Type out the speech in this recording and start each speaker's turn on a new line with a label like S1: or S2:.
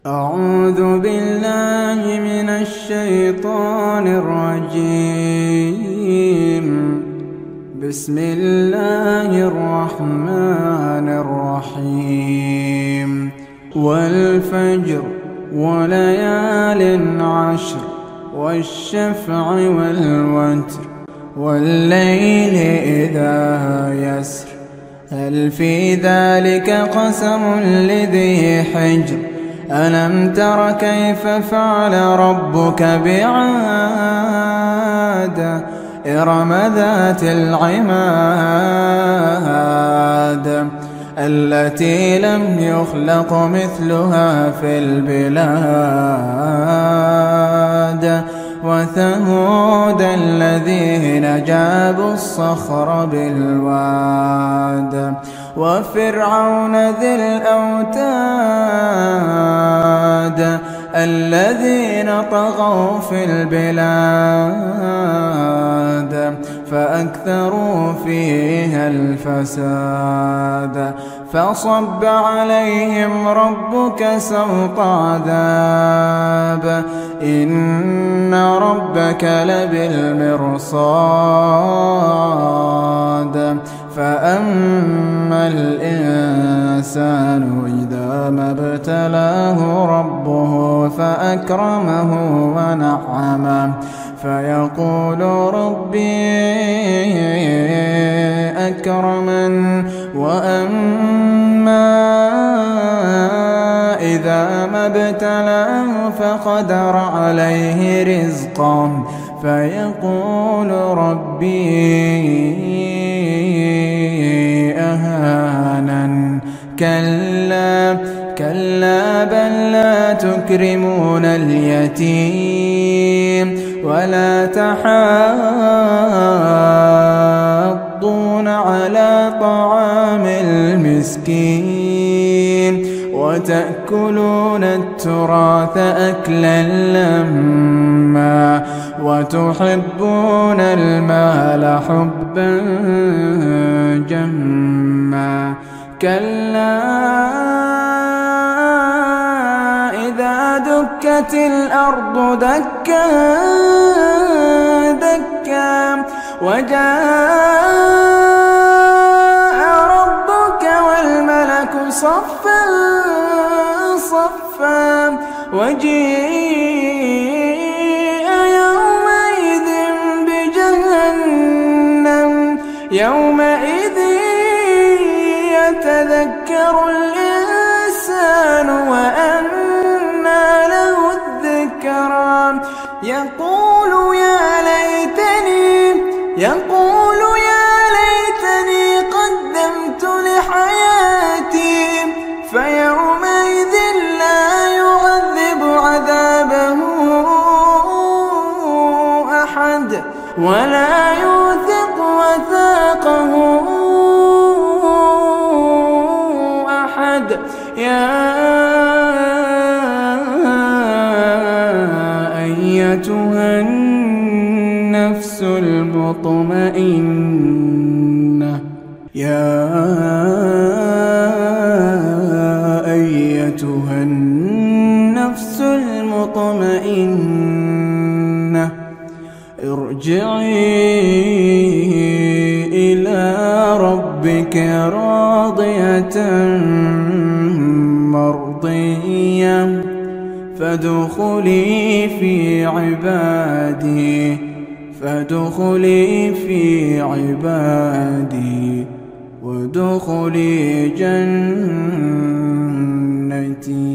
S1: أعوذ بالله من الشيطان الرجيم. بسم الله الرحمن الرحيم. والفجر وليال عشر والشفع والوتر والليل إذا يسر هل في ذلك قسم لذي حجر ألم تر كيف فعل ربك بعاد إرم ذات العماد التي لم يخلق مثلها في البلاد وثمود الذين جابوا الصخر بالواد وفرعون ذي الأوتاد الذين طغوا في البلاد فأكثروا فيها الفساد فصب عليهم ربك سوط عذاب إن ربك لبالمرصاد فأما الإنسان إذا ما ابتلاه ربه فأكرمه ونعمه فيقول ربي أكرمن وأما إذا ما ابتلاه فقدر عليه رزقه فيقول ربي أهانن كلا بل لا تكرمون اليتيم ولا تحاضون على طعام المسكين وتأكلون التراث أكلا لما وتحبون المال حبا جما كلا إذا دكت الأرض دكا دكا وجاء ربك والملك صفا صفا وجيء يومئذ بجهنم يومئذ يتذكر الإنسان وأنى له الذكرى يقول يا ليتني قدمت لحياتي فيومئذ لا يعذب عذابه أحد ولا يوثق وثاقه أحد يا أيتها النفس المطمئنة ارجعي إلى ربك راضية مرضية فادخلي في عبادي وادخلي جنتي.